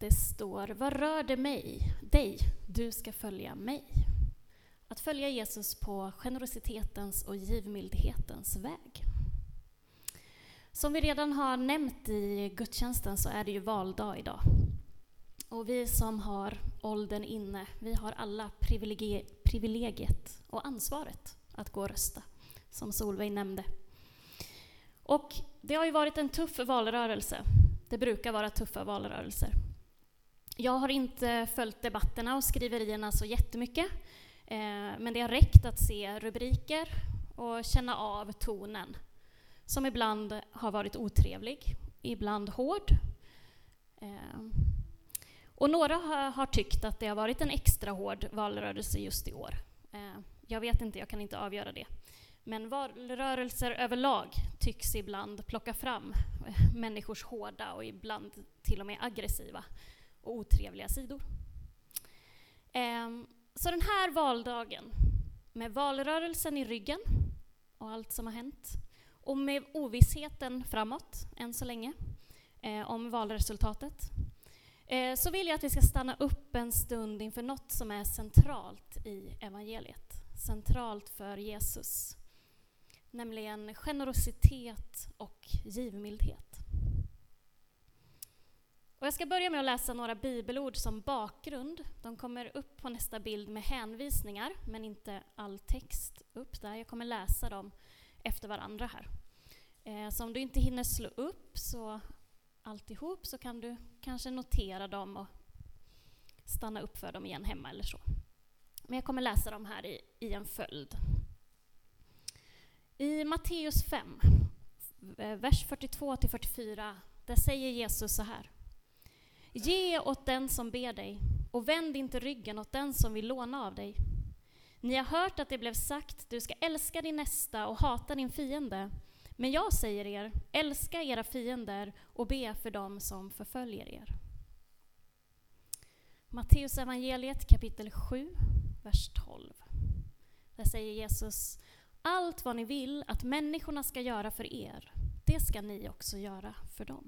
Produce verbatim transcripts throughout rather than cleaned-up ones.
det står: vad rör det mig, dig, du ska följa mig. Att följa Jesus på generositetens och givmildhetens väg. Som vi redan har nämnt i gudstjänsten så är det ju valdag idag. Och vi som har åldern inne, vi har alla privilegi- privilegiet och ansvaret att gå och rösta, som Solveig nämnde. Och det har ju varit en tuff valrörelse. Det brukar vara tuffa valrörelser. Jag har inte följt debatterna och skriverierna så jättemycket. Eh, men det har räckt att se rubriker och känna av tonen. Som ibland har varit otrevlig, ibland hård. Eh, och några har, har tyckt att det har varit en extra hård valrörelse just i år. Eh, jag vet inte, jag kan inte avgöra det. Men valrörelser överlag tycks ibland plocka fram människors hårda och ibland till och med aggressiva och otrevliga sidor. Så den här valdagen, med valrörelsen i ryggen och allt som har hänt, och med ovissheten framåt än så länge om valresultatet, så vill jag att vi ska stanna upp en stund inför något som är centralt i evangeliet. Centralt för Jesus. Nämligen generositet och givmildhet. Och jag ska börja med att läsa några bibelord som bakgrund. De kommer upp på nästa bild med hänvisningar, men inte all text upp där. Jag kommer läsa dem efter varandra här. Eh, så om du inte hinner slå upp så alltihop så kan du kanske notera dem och stanna upp för dem igen hemma eller så. Men jag kommer läsa dem här i, i en följd. I Matteus fem, vers fyrtiotvå till fyrtiofyra, där säger Jesus så här: ge åt den som ber dig, och vänd inte ryggen åt den som vill låna av dig. Ni har hört att det blev sagt: du ska älska din nästa och hata din fiende. Men jag säger er, älska era fiender och be för dem som förföljer er. Matteus evangeliet kapitel sju, vers tolv. Där säger Jesus: allt vad ni vill att människorna ska göra för er, det ska ni också göra för dem.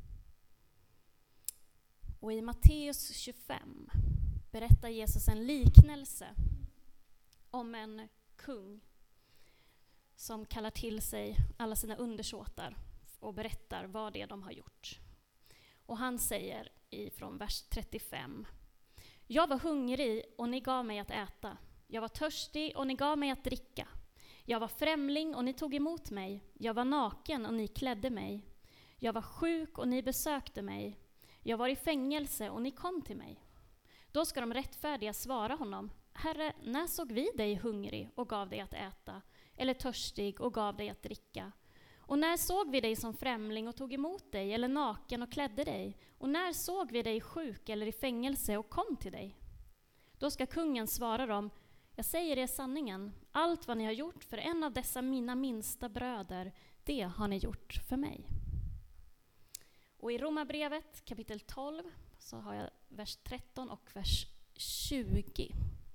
Och i Matteus tjugofem berättar Jesus en liknelse om en kung som kallar till sig alla sina undersåtar och berättar vad det är de har gjort. Och han säger ifrån vers trettiofem: jag var hungrig och ni gav mig att äta. Jag var törstig och ni gav mig att dricka. Jag var främling och ni tog emot mig. Jag var naken och ni klädde mig. Jag var sjuk och ni besökte mig. Jag var i fängelse och ni kom till mig. Då ska de rättfärdiga svara honom: Herre, när såg vi dig hungrig och gav dig att äta, eller törstig och gav dig att dricka? Och när såg vi dig som främling och tog emot dig, eller naken och klädde dig? Och när såg vi dig sjuk eller i fängelse och kom till dig? Då ska kungen svara dem: jag säger er sanningen, allt vad ni har gjort för en av dessa mina minsta bröder, det har ni gjort för mig. Och i Romarbrevet kapitel tolv så har jag vers tretton och vers tjugo.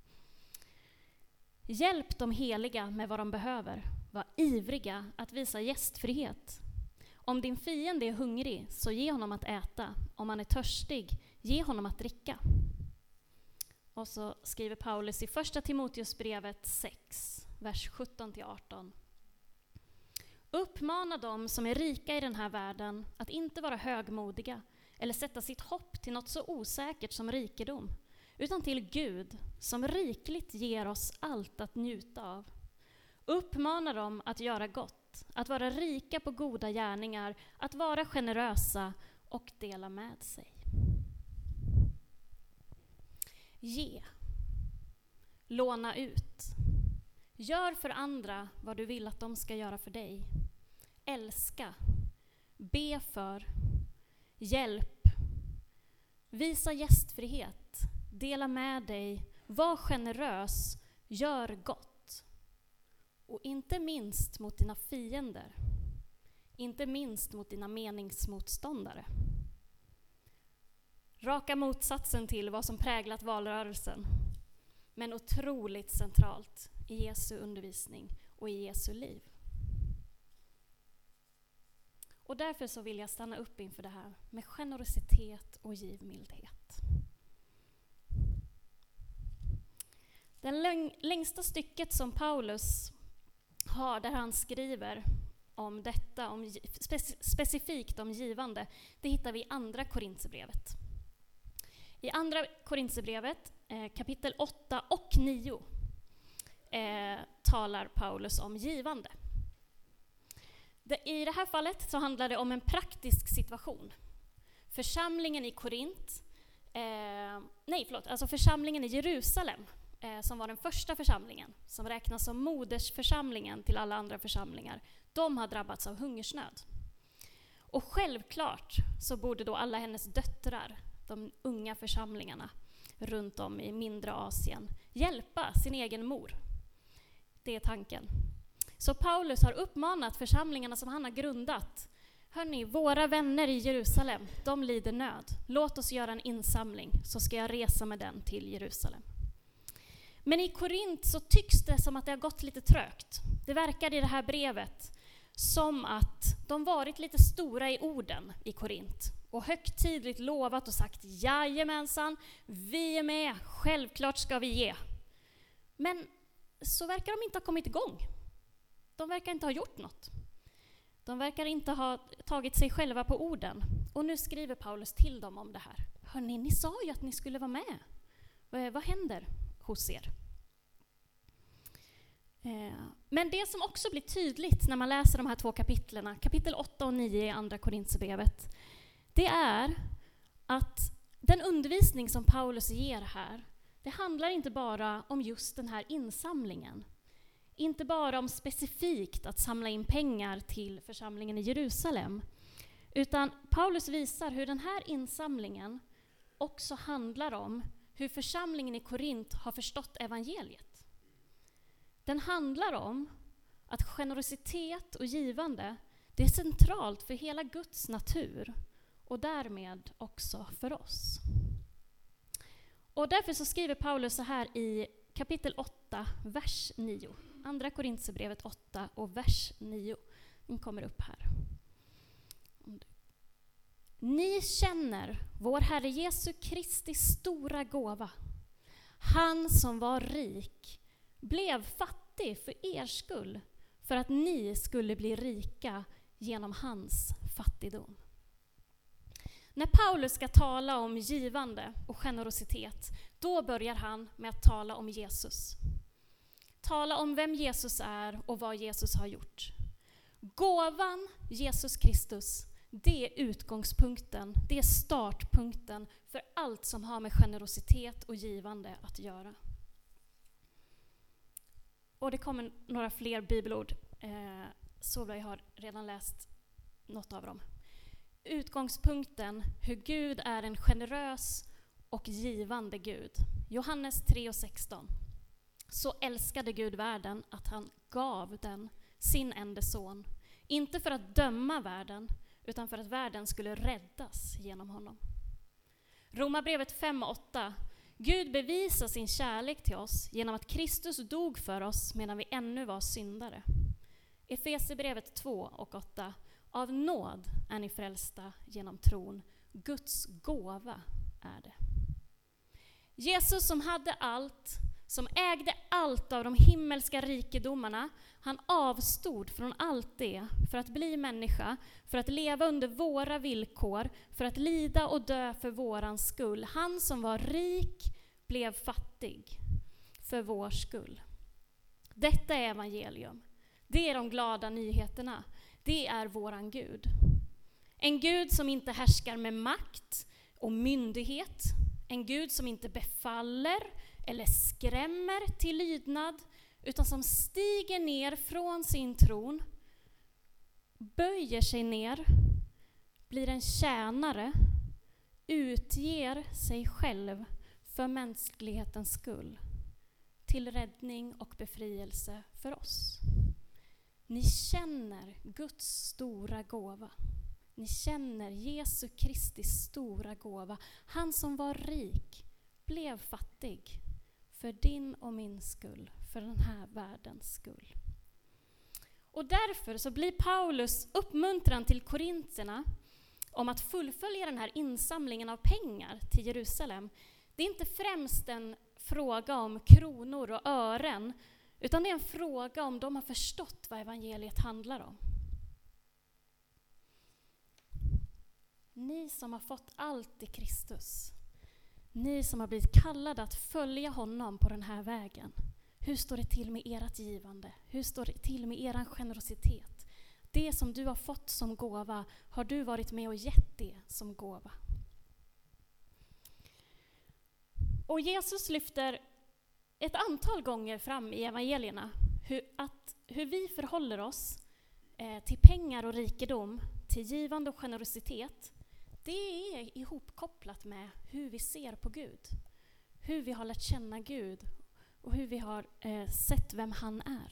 Hjälp de heliga med vad de behöver. Var ivriga att visa gästfrihet. Om din fiende är hungrig, så ge honom att äta. Om han är törstig, ge honom att dricka. Och så skriver Paulus i första Timoteusbrevet sex, vers sjutton till arton. Uppmana dem som är rika i den här världen att inte vara högmodiga eller sätta sitt hopp till något så osäkert som rikedom, utan till Gud som rikligt ger oss allt att njuta av. Uppmana dem att göra gott, att vara rika på goda gärningar, att vara generösa och dela med sig. Ge. Låna ut. Gör för andra vad du vill att de ska göra för dig. Älska. Be för. Hjälp. Visa gästfrihet. Dela med dig. Var generös. Gör gott. Och inte minst mot dina fiender. Inte minst mot dina meningsmotståndare. Raka motsatsen till vad som präglat valrörelsen. Men otroligt centralt i Jesu undervisning och i Jesu liv. Och därför så vill jag stanna upp inför det här med generositet och givmildhet. Den läng- längsta stycket som Paulus har där han skriver om detta, om, spec- specifikt om givande, det hittar vi i andra Korinthierbrevet. I andra Korinthierbrevet, eh, kapitel åtta och nio, eh, talar Paulus om givande. Det, I det här fallet så handlar det om en praktisk situation. Församlingen i Korint, eh, nej förlåt, alltså församlingen i Jerusalem, eh, som var den första församlingen, som räknas som modersförsamlingen till alla andra församlingar, de har drabbats av hungersnöd. Och självklart så borde då alla hennes döttrar, de unga församlingarna runt om i mindre Asien, hjälpa sin egen mor. Det är tanken. Så Paulus har uppmanat församlingarna som han har grundat. Hörrni, våra vänner i Jerusalem, de lider nöd. Låt oss göra en insamling så ska jag resa med den till Jerusalem. Men i Korint så tycks det som att det har gått lite trögt. Det verkar i det här brevet som att de varit lite stora i orden i Korint och högtidligt lovat och sagt jajamensan, vi är med, självklart ska vi ge. Men så verkar de inte ha kommit igång. De verkar inte ha gjort något. De verkar inte ha tagit sig själva på orden. Och nu skriver Paulus till dem om det här. Hörrni, ni sa ju att ni skulle vara med. Vad, vad händer hos er? Eh, men det som också blir tydligt när man läser de här två kapitlerna, kapitel åtta och nio i andra Korinthierbrevet, det är att den undervisning som Paulus ger här, det handlar inte bara om just den här insamlingen. Inte bara om specifikt att samla in pengar till församlingen i Jerusalem, utan Paulus visar hur den här insamlingen också handlar om hur församlingen i Korint har förstått evangeliet. Den handlar om att generositet och givande, det är centralt för hela Guds natur och därmed också för oss. Och därför så skriver Paulus så här i kapitel åtta, vers nio. Andra Korinthierbrevet åtta och vers nio. Den kommer upp här. Ni känner vår Herre Jesu Kristi stora gåva. Han som var rik blev fattig för er skull, för att ni skulle bli rika genom hans fattigdom. När Paulus ska tala om givande och generositet, då börjar han med att tala om Jesus. Tala om vem Jesus är och vad Jesus har gjort. Gåvan Jesus Kristus, det är utgångspunkten, det är startpunkten för allt som har med generositet och givande att göra. Och det kommer några fler bibelord, eh, så vi har redan läst något av dem. Utgångspunkten, hur Gud är en generös och givande Gud. Johannes tre och sexton. Så älskade Gud världen att han gav den sin enda son. Inte för att döma världen, utan för att världen skulle räddas genom honom. Romarbrevet fem och åtta. Gud bevisar sin kärlek till oss genom att Kristus dog för oss medan vi ännu var syndare. Efesierbrevet två och åtta. Av nåd är ni frälsta genom tron. Guds gåva är det. Jesus som hade allt, som ägde allt av de himmelska rikedomarna, han avstod från allt det för att bli människa, för att leva under våra villkor, för att lida och dö för våran skull. Han som var rik blev fattig för vår skull. Detta är evangelium. Det är de glada nyheterna. Det är våran Gud. En Gud som inte härskar med makt och myndighet. En Gud som inte befaller eller skrämmer till lydnad, utan som stiger ner från sin tron, böjer sig ner, blir en tjänare, utger sig själv för mänsklighetens skull, till räddning och befrielse för oss. Ni känner Guds stora gåva. Ni känner Jesu Kristi stora gåva. Han som var rik blev fattig för din och min skull, för den här världens skull. Och därför så blir Paulus uppmuntran till korinterna om att fullfölja den här insamlingen av pengar till Jerusalem. Det är inte främst en fråga om kronor och ören, utan det är en fråga om de har förstått vad evangeliet handlar om. Ni som har fått allt i Kristus, ni som har blivit kallade att följa honom på den här vägen. Hur står det till med ert givande? Hur står det till med er generositet? Det som du har fått som gåva, har du varit med och gett det som gåva? Och Jesus lyfter ett antal gånger fram i evangelierna hur, att, hur vi förhåller oss eh, till pengar och rikedom, till givande och generositet. Det är ihopkopplat med hur vi ser på Gud. Hur vi har lärt känna Gud och hur vi har eh, sett vem han är.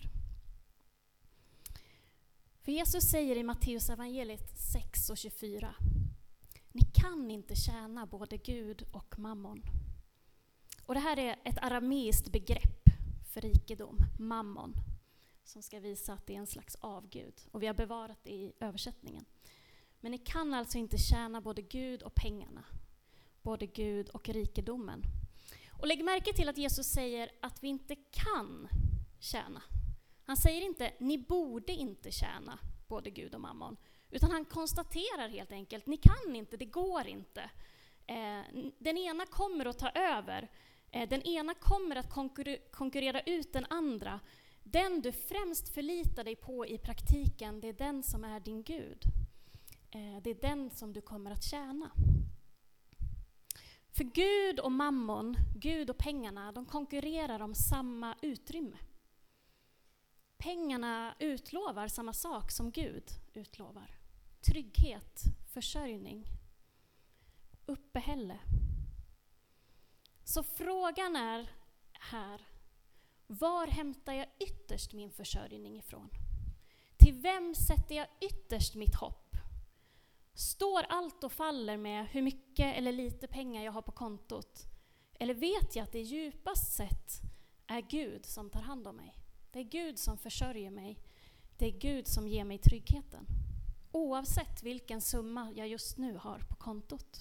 För Jesus säger i Matteus evangeliet sex och tjugofyra: ni kan inte tjäna både Gud och mammon. Och det här är ett arameiskt begrepp för rikedom, mammon, som ska visa att det är en slags avgud. Och vi har bevarat det i översättningen. Men ni kan alltså inte tjäna både Gud och pengarna, både Gud och rikedomen. Och lägg märke till att Jesus säger att vi inte kan tjäna. Han säger inte, ni borde inte tjäna både Gud och mammon. Utan han konstaterar helt enkelt, ni kan inte, det går inte. Eh, den ena kommer att ta över. Eh, den ena kommer att konkur- konkurrera ut den andra. Den du främst förlitar dig på i praktiken, det är den som är din Gud. Eh, det är den som du kommer att tjäna. För Gud och mammon, Gud och pengarna, de konkurrerar om samma utrymme. Pengarna utlovar samma sak som Gud utlovar. Trygghet, försörjning, uppehälle. Så frågan är här, var hämtar jag ytterst min försörjning ifrån? Till vem sätter jag ytterst mitt hopp? Står allt och faller med hur mycket eller lite pengar jag har på kontot? Eller vet jag att det djupast sett är Gud som tar hand om mig? Det är Gud som försörjer mig. Det är Gud som ger mig tryggheten. Oavsett vilken summa jag just nu har på kontot.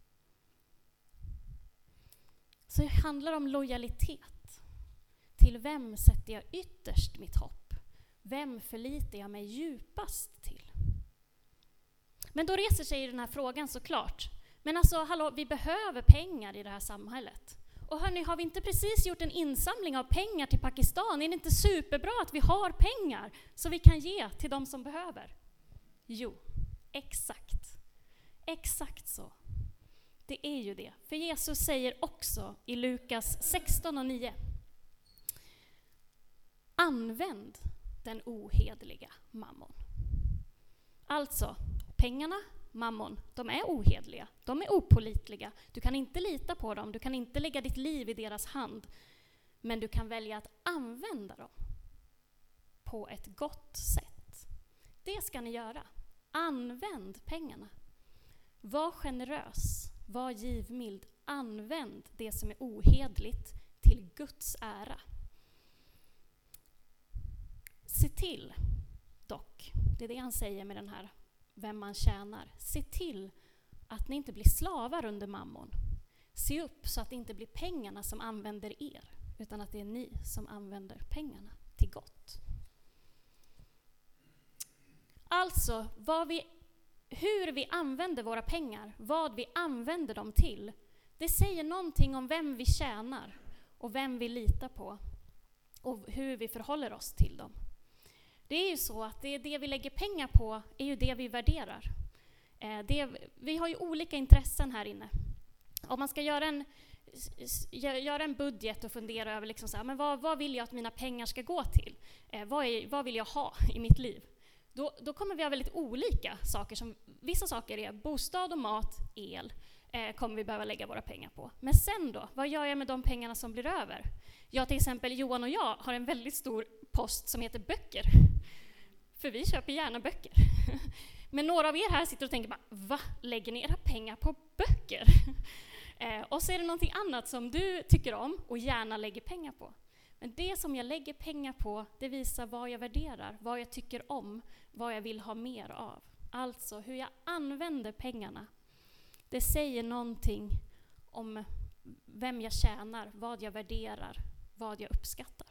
Så det handlar om lojalitet. Till vem sätter jag ytterst mitt hopp? Vem förlitar jag mig djupast till? Men då reser sig den här frågan såklart. Men alltså, hallå, vi behöver pengar i det här samhället. Och hörni, har vi inte precis gjort en insamling av pengar till Pakistan? Är det inte superbra att vi har pengar så vi kan ge till de som behöver? Jo, exakt. Exakt så. Det är ju det. För Jesus säger också i Lukas sexton och nio: använd den ohederliga mammon. Alltså, pengarna, mammon, de är ohederliga. De är opålitliga. Du kan inte lita på dem. Du kan inte lägga ditt liv i deras hand. Men du kan välja att använda dem på ett gott sätt. Det ska ni göra. Använd pengarna. Var generös. Var givmild. Använd det som är ohederligt till Guds ära. Se till, dock, det är det han säger med den här vem man tjänar. Se till att ni inte blir slavar under mammon. Se upp så att det inte blir pengarna som använder er, utan att det är ni som använder pengarna till gott. Alltså, vad vi, hur vi använder våra pengar, vad vi använder dem till, det säger någonting om vem vi tjänar och vem vi litar på och hur vi förhåller oss till dem. Det är ju så att det, är det vi lägger pengar på är ju det vi värderar. Eh, det, vi har ju olika intressen här inne. Om man ska göra en, göra en budget och fundera över liksom så här, men vad, vad vill jag att mina pengar ska gå till? Eh, vad, är, vad vill jag ha i mitt liv? Då, då kommer vi ha väldigt olika saker. Som, vissa saker är bostad och mat, el. Eh, kommer vi behöva lägga våra pengar på. Men sen då, vad gör jag med de pengarna som blir över? Jag till exempel, Johan och jag har en väldigt stor post som heter böcker. För vi köper gärna böcker. Men några av er här sitter och tänker bara, va? Lägger ni era pengar på böcker? eh, och så är det någonting annat som du tycker om och gärna lägger pengar på. Men det som jag lägger pengar på, det visar vad jag värderar, vad jag tycker om, vad jag vill ha mer av. Alltså hur jag använder pengarna. Det säger någonting om vem jag tjänar, vad jag värderar, vad jag uppskattar.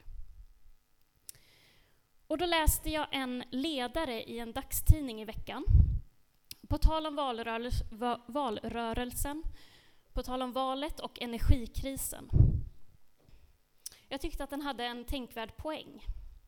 Och då läste jag en ledare i en dagstidning i veckan. På tal om valrörelse, valrörelsen, på tal om valet och energikrisen. Jag tyckte att den hade en tänkvärd poäng.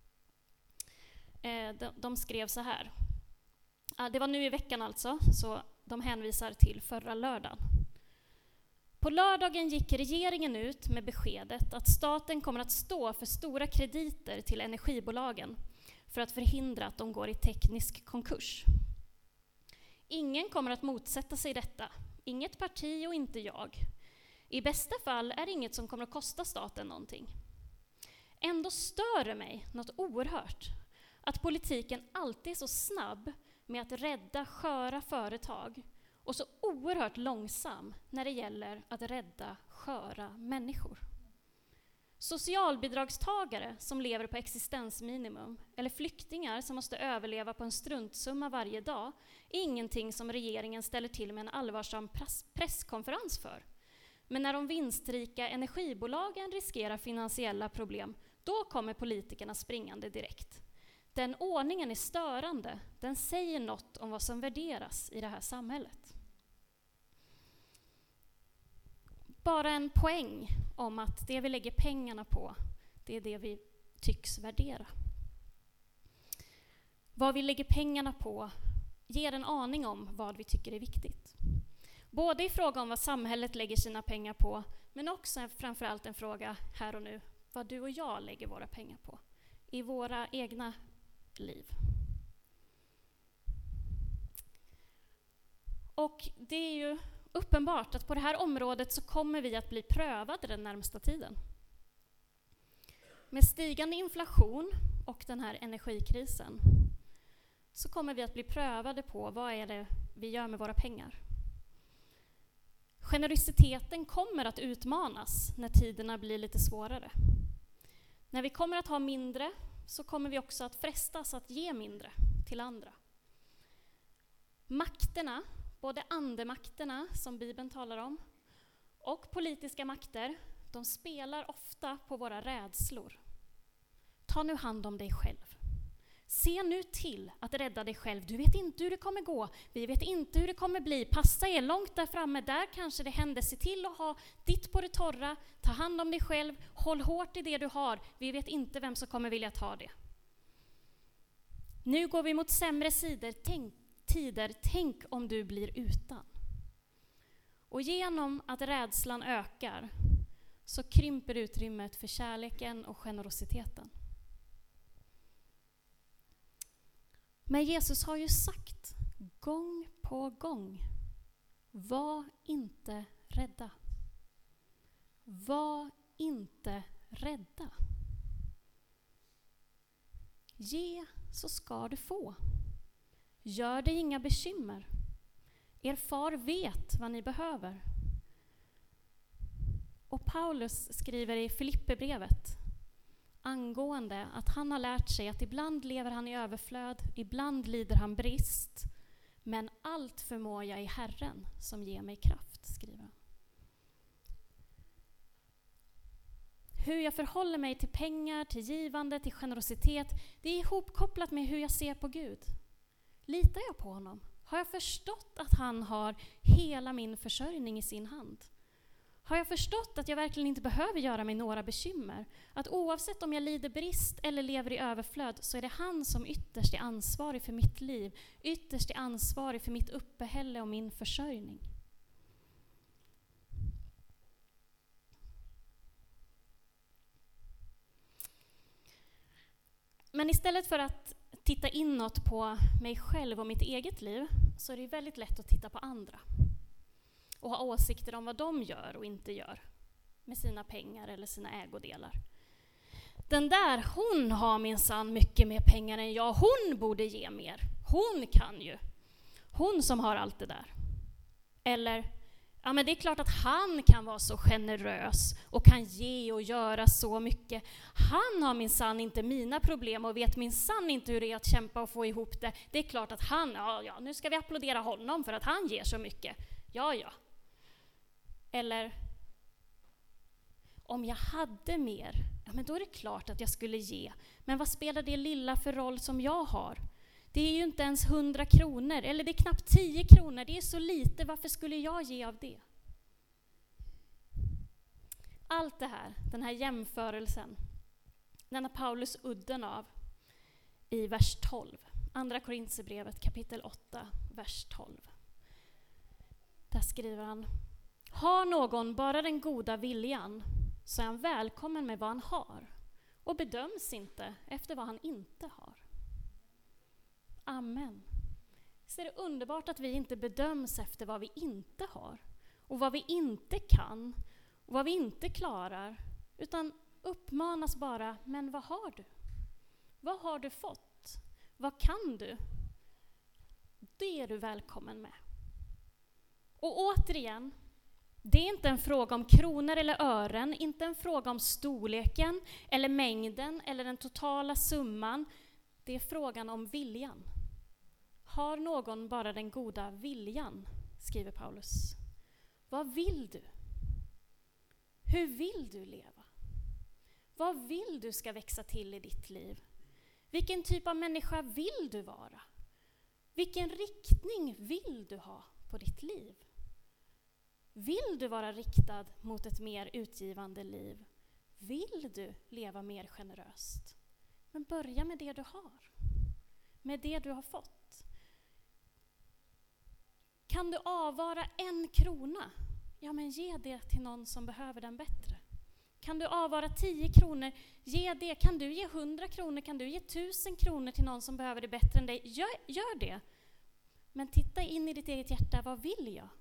Eh, de, de skrev så här. Ah, det var nu i veckan alltså, så de hänvisar till förra lördagen. På lördagen gick regeringen ut med beskedet att staten kommer att stå för stora krediter till energibolagen för att förhindra att de går i teknisk konkurs. Ingen kommer att motsätta sig detta. Inget parti och inte jag. I bästa fall är det inget som kommer att kosta staten någonting. Ändå stör det mig något oerhört att politiken alltid är så snabb med att rädda sköra företag och så oerhört långsam när det gäller att rädda sköra människor. Socialbidragstagare som lever på existensminimum eller flyktingar som måste överleva på en struntsumma varje dag är ingenting som regeringen ställer till med en allvarsam press- presskonferens för. Men när de vinstrika energibolagen riskerar finansiella problem, då kommer politikerna springande direkt. Den ordningen är störande, den säger något om vad som värderas i det här samhället. Bara en poäng om att det vi lägger pengarna på, det är det vi tycks värdera. Vad vi lägger pengarna på ger en aning om vad vi tycker är viktigt. Både i fråga om vad samhället lägger sina pengar på, men också framförallt en fråga här och nu, vad du och jag lägger våra pengar på i våra egna liv. Och det är ju uppenbart att på det här området så kommer vi att bli prövade den närmsta tiden. Med stigande inflation och den här energikrisen så kommer vi att bli prövade på vad är det vi gör med våra pengar. Generositeten kommer att utmanas när tiderna blir lite svårare. När vi kommer att ha mindre så kommer vi också att frestas att ge mindre till andra. Makterna, både andemakterna som Bibeln talar om och politiska makter, de spelar ofta på våra rädslor. Ta nu hand om dig själv. Se nu till att rädda dig själv. Du vet inte hur det kommer gå. Vi vet inte hur det kommer bli. Passa er långt där framme. Där kanske det händer. Se till att ha ditt på det torra. Ta hand om dig själv. Håll hårt i det du har. Vi vet inte vem som kommer vilja ta det. Nu går vi mot sämre sidor. Tänk, tider. Tänk om du blir utan. Och genom att rädslan ökar så krymper utrymmet för kärleken och generositeten. Men Jesus har ju sagt gång på gång, var inte rädda. Var inte rädda. Ge så ska du få. Gör dig inga bekymmer. Er far vet vad ni behöver. Och Paulus skriver i Filipperbrevet angående att han har lärt sig att ibland lever han i överflöd, ibland lider han brist, men allt förmår jag i Herren som ger mig kraft, skriver han. Hur jag förhåller mig till pengar, till givande, till generositet, det är ihopkopplat med hur jag ser på Gud. Litar jag på honom? Har jag förstått att han har hela min försörjning i sin hand? Har jag förstått att jag verkligen inte behöver göra mig några bekymmer? Att oavsett om jag lider brist eller lever i överflöd så är det han som ytterst är ansvarig för mitt liv. Ytterst är ansvarig för mitt uppehälle och min försörjning. Men istället för att titta inåt på mig själv och mitt eget liv så är det väldigt lätt att titta på andra. Och ha åsikter om vad de gör och inte gör med sina pengar eller sina ägodelar. Den där, hon har minsann mycket mer pengar än jag. Hon borde ge mer. Hon kan ju. Hon som har allt det där. Eller, Ja, men det är klart att han kan vara så generös och kan ge och göra så mycket. Han har minsann inte mina problem och vet minsann inte hur det är att kämpa och få ihop det. Det är klart att han, ja, ja, nu ska vi applådera honom för att han ger så mycket. Ja, ja. Eller, om jag hade mer, ja, men då är det klart att jag skulle ge. Men vad spelar det lilla för roll som jag har? Det är ju inte ens hundra kronor, eller det är knappt tio kronor. Det är så lite, varför skulle jag ge av det? Allt det här, den här jämförelsen, den har Paulus udden av i vers tolv. Andra Korinthierbrevet kapitel åtta, vers tolv. Där skriver han: har någon bara den goda viljan, så är han välkommen med vad han har och bedöms inte efter vad han inte har. Amen. Så är det underbart att vi inte bedöms efter vad vi inte har och vad vi inte kan och vad vi inte klarar, utan uppmanas bara, men vad har du? Vad har du fått? Vad kan du? Det är du välkommen med. Och återigen, det är inte en fråga om kronor eller ören, inte en fråga om storleken eller mängden eller den totala summan. Det är frågan om viljan. Har någon bara den goda viljan, skriver Paulus. Vad vill du? Hur vill du leva? Vad vill du ska växa till i ditt liv? Vilken typ av människa vill du vara? Vilken riktning vill du ha på ditt liv? Vill du vara riktad mot ett mer utgivande liv? Vill du leva mer generöst? Men börja med det du har. Med det du har fått. Kan du avvara en krona? Ja, men ge det till någon som behöver den bättre. Kan du avvara tio kronor? Ge det. Kan du ge hundra kronor? Kan du ge tusen kronor till någon som behöver det bättre än dig? Gör, gör det. Men titta in i ditt eget hjärta. Vad vill jag?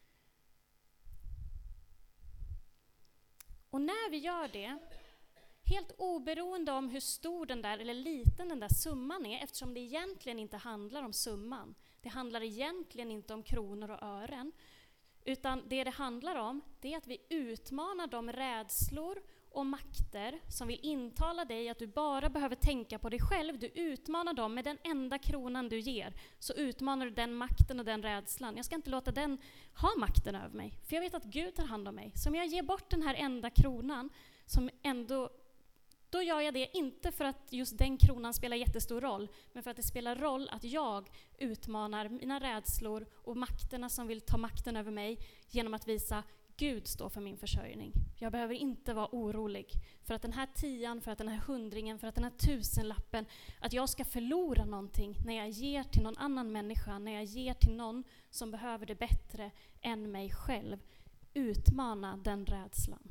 Och när vi gör det, helt oberoende om hur stor den där eller liten den där summan är, eftersom det egentligen inte handlar om summan. Det handlar egentligen inte om kronor och ören. Utan det det handlar om, det är att vi utmanar de rädslor och makter som vill intala dig att du bara behöver tänka på dig själv. Du utmanar dem med den enda kronan du ger. Så utmanar du den makten och den rädslan. Jag ska inte låta den ha makten över mig. För jag vet att Gud tar hand om mig. Så om jag ger bort den här enda kronan, som ändå, då gör jag det inte för att just den kronan spelar jättestor roll. Men för att det spelar roll att jag utmanar mina rädslor och makterna som vill ta makten över mig. Genom att visa Gud står för min försörjning. Jag behöver inte vara orolig för att den här tian, för att den här hundringen, för att den här tusenlappen, att jag ska förlora någonting när jag ger till någon annan människa, när jag ger till någon som behöver det bättre än mig själv. Utmana den rädslan.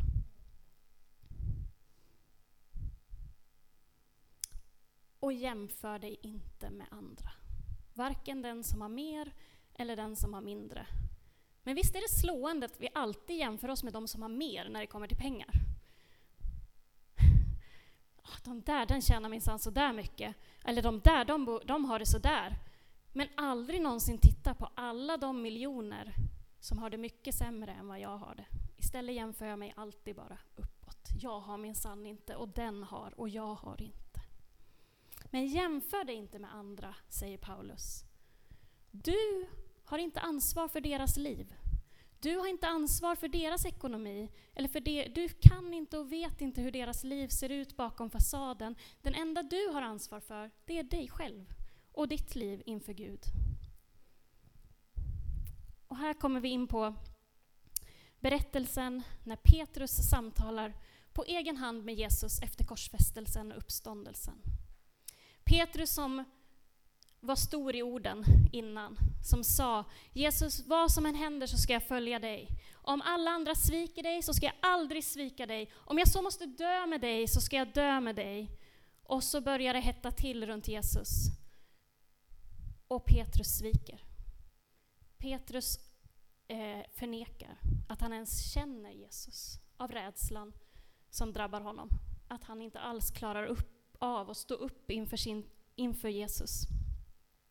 Och jämför dig inte med andra. Varken den som har mer eller den som har mindre. Men visst är det slående att vi alltid jämför oss med de som har mer när det kommer till pengar. De där, den tjänar minsann så där mycket. Eller de där, de, de har det så där. Men aldrig någonsin titta på alla de miljoner som har det mycket sämre än vad jag har det. Istället jämför jag mig alltid bara uppåt. Jag har minsann inte och den har och jag har inte. Men jämför dig inte med andra, säger Paulus. Du har inte ansvar för deras liv. Du har inte ansvar för deras ekonomi. Eller för det. Du kan inte och vet inte hur deras liv ser ut bakom fasaden. Den enda du har ansvar för, det är dig själv och ditt liv inför Gud. Och här kommer vi in på berättelsen när Petrus samtalar på egen hand med Jesus efter korsfästelsen och uppståndelsen. Petrus som var stor i orden innan, som sa: Jesus, vad som än händer så ska jag följa dig. Om alla andra sviker dig så ska jag aldrig svika dig. Om jag så måste dö med dig så ska jag dö med dig. Och så börjar det hetta till runt Jesus. Och Petrus sviker. Petrus eh, förnekar att han ens känner Jesus av rädslan som drabbar honom. Att han inte alls klarar upp av att stå upp inför, sin, inför Jesus.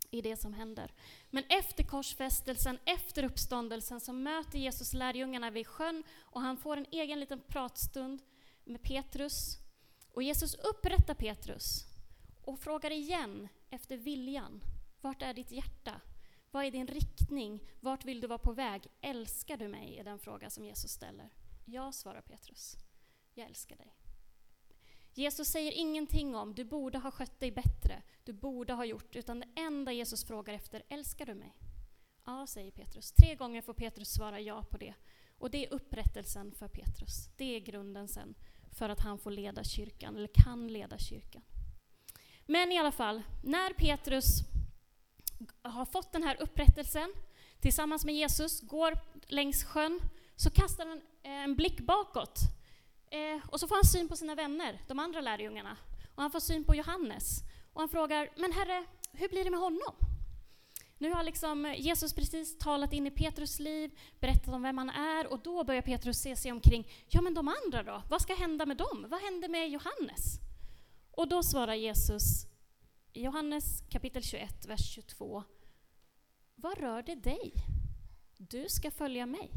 i det som händer. Men efter korsfästelsen, efter uppståndelsen, så möter Jesus lärjungarna vid sjön och han får en egen liten pratstund med Petrus. Och Jesus upprättar Petrus och frågar igen efter viljan. Vart är ditt hjärta? Vad är din riktning? Vart vill du vara på väg? Älskar du mig? Är den fråga som Jesus ställer. Ja, svarar Petrus. Jag älskar dig. Jesus säger ingenting om du borde ha skött dig bättre, du borde ha gjort, utan det enda Jesus frågar efter, älskar du mig? Ja, säger Petrus. Tre gånger får Petrus svara ja på det. Och det är upprättelsen för Petrus. Det är grunden sen för att han får leda kyrkan, eller kan leda kyrkan. Men i alla fall, när Petrus har fått den här upprättelsen tillsammans med Jesus, går längs sjön, så kastar han en blick bakåt. Eh, och så får han syn på sina vänner, de andra lärjungarna. Och han får syn på Johannes. Och han frågar, men Herre, hur blir det med honom? Nu har liksom Jesus precis talat in i Petrus liv, berättat om vem han är. Och då börjar Petrus se sig omkring. Ja, men de andra då? Vad ska hända med dem? Vad händer med Johannes? Och då svarar Jesus i Johannes kapitel tjugoett, vers tjugotvå. Vad rör det dig? Du ska följa mig.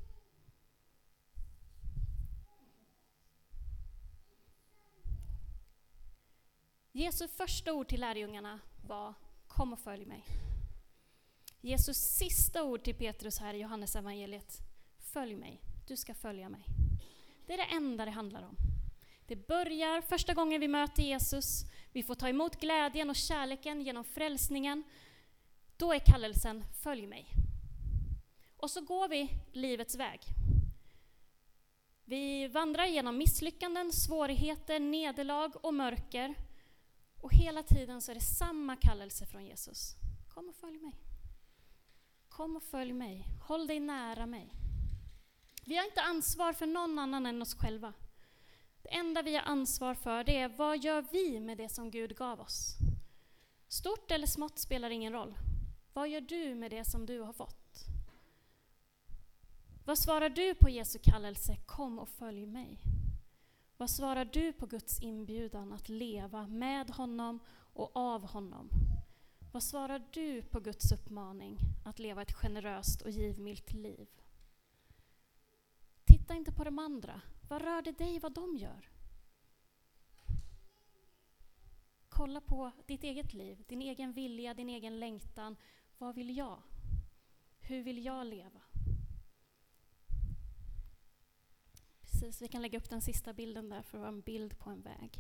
Jesu första ord till lärjungarna var, kom och följ mig. Jesus sista ord till Petrus här i Johannes evangeliet, följ mig, du ska följa mig. Det är det enda det handlar om. Det börjar första gången vi möter Jesus, vi får ta emot glädjen och kärleken genom frälsningen. Då är kallelsen, följ mig. Och så går vi livets väg. Vi vandrar genom misslyckanden, svårigheter, nederlag och mörker. Och hela tiden så är det samma kallelse från Jesus. Kom och följ mig. Kom och följ mig. Håll dig nära mig. Vi har inte ansvar för någon annan än oss själva. Det enda vi har ansvar för, det är vad gör vi med det som Gud gav oss. Stort eller smått spelar ingen roll. Vad gör du med det som du har fått? Vad svarar du på Jesu kallelse? Kom och följ mig. Vad svarar du på Guds inbjudan att leva med honom och av honom? Vad svarar du på Guds uppmaning att leva ett generöst och givmilt liv? Titta inte på de andra. Vad rör det dig vad de gör? Kolla på ditt eget liv, din egen vilja, din egen längtan. Vad vill jag? Hur vill jag leva? Precis, vi kan lägga upp den sista bilden där för att vara en bild på en väg.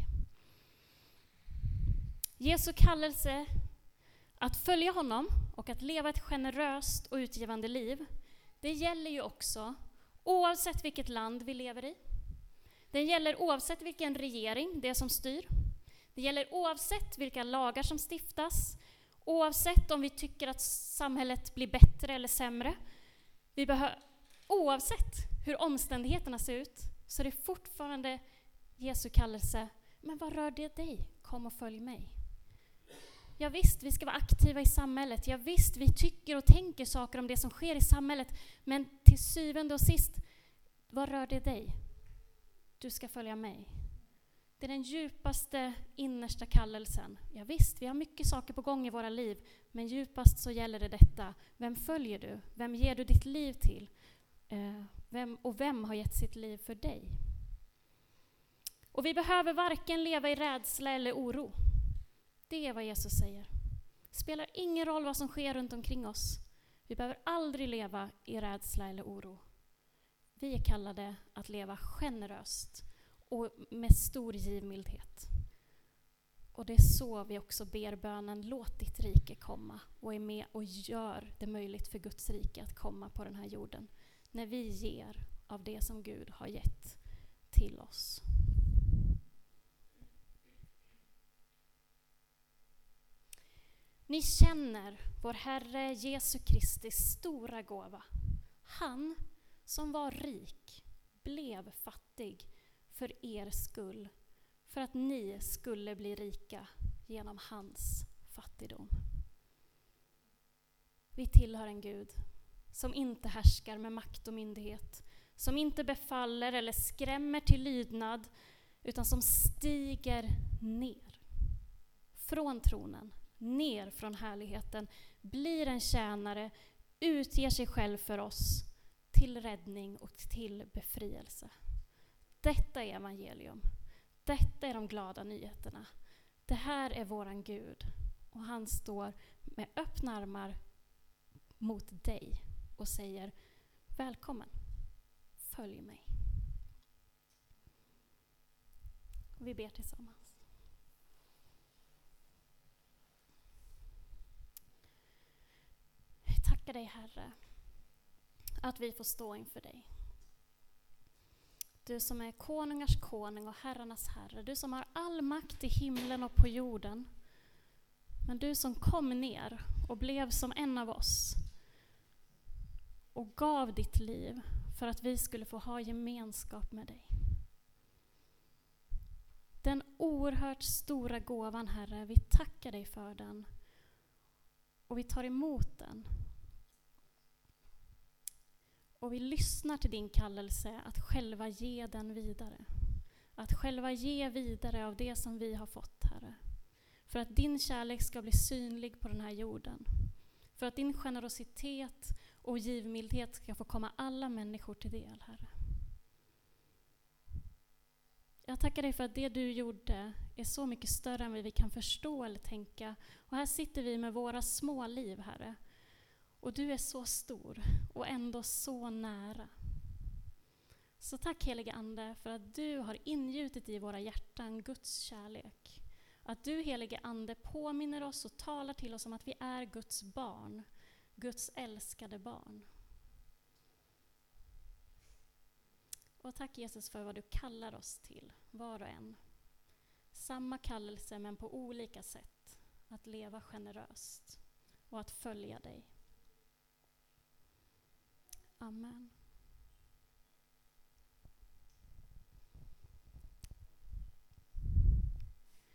Jesu kallelse att följa honom och att leva ett generöst och utgivande liv, det gäller ju också oavsett vilket land vi lever i. Det gäller oavsett vilken regering det är som styr. Det gäller oavsett vilka lagar som stiftas, oavsett om vi tycker att samhället blir bättre eller sämre. Vi behöver, oavsett hur omständigheterna ser ut, så är det fortfarande Jesu kallelse. Men vad rör det dig? Kom och följ mig. Ja visst, vi ska vara aktiva i samhället. Ja visst, vi tycker och tänker saker om det som sker i samhället. Men till syvende och sist, vad rör det dig? Du ska följa mig. Det är den djupaste, innersta kallelsen. Ja visst, vi har mycket saker på gång i våra liv. Men djupast så gäller det detta. Vem följer du? Vem ger du ditt liv till? Uh, vem, och vem har gett sitt liv för dig? Och vi behöver varken leva i rädsla eller oro. Det är vad Jesus säger. Det spelar ingen roll vad som sker runt omkring oss. Vi behöver aldrig leva i rädsla eller oro. Vi är kallade att leva generöst och med stor givmildhet. Och det är så vi också ber bönen, låt ditt rike komma, och är med och gör det möjligt för Guds rike att komma på den här jorden. När vi ger av det som Gud har gett till oss. Ni känner vår Herre Jesu Kristi stora gåva. Han som var rik blev fattig för er skull, för att ni skulle bli rika genom hans fattigdom. Vi tillhör en Gud som inte härskar med makt och myndighet, som inte befaller eller skrämmer till lydnad, utan som stiger ner från tronen, ner från härligheten, blir en tjänare, utger sig själv för oss till räddning och till befrielse. Detta är evangelium. Detta är de glada nyheterna. Det här är våran Gud. Och han står med öppna armar mot dig och säger: välkommen, följ mig. Och vi ber tillsammans. Jag tackar dig, Herre, att vi får stå inför dig. Du som är konungars konung och herrarnas herre. Du som har all makt i himlen och på jorden. Men du som kom ner och blev som en av oss. Och gav ditt liv för att vi skulle få ha gemenskap med dig. Den oerhört stora gåvan, Herre, vi tackar dig för den. Och vi tar emot den. Och vi lyssnar till din kallelse att själva ge den vidare. Att själva ge vidare av det som vi har fått, Herre. För att din kärlek ska bli synlig på den här jorden. För att din generositet och givmildhet ska få komma alla människor till del, Herre. Jag tackar dig för att det du gjorde är så mycket större än vad vi kan förstå eller tänka. Och här sitter vi med våra små liv, Herre. Och du är så stor och ändå så nära. Så tack, helige Ande, för att du har ingjutit i våra hjärtan Guds kärlek. Att du, helige Ande, påminner oss och talar till oss om att vi är Guds barn. Guds älskade barn. Och tack, Jesus, för vad du kallar oss till, var och en. Samma kallelse men på olika sätt. Att leva generöst och att följa dig. Amen.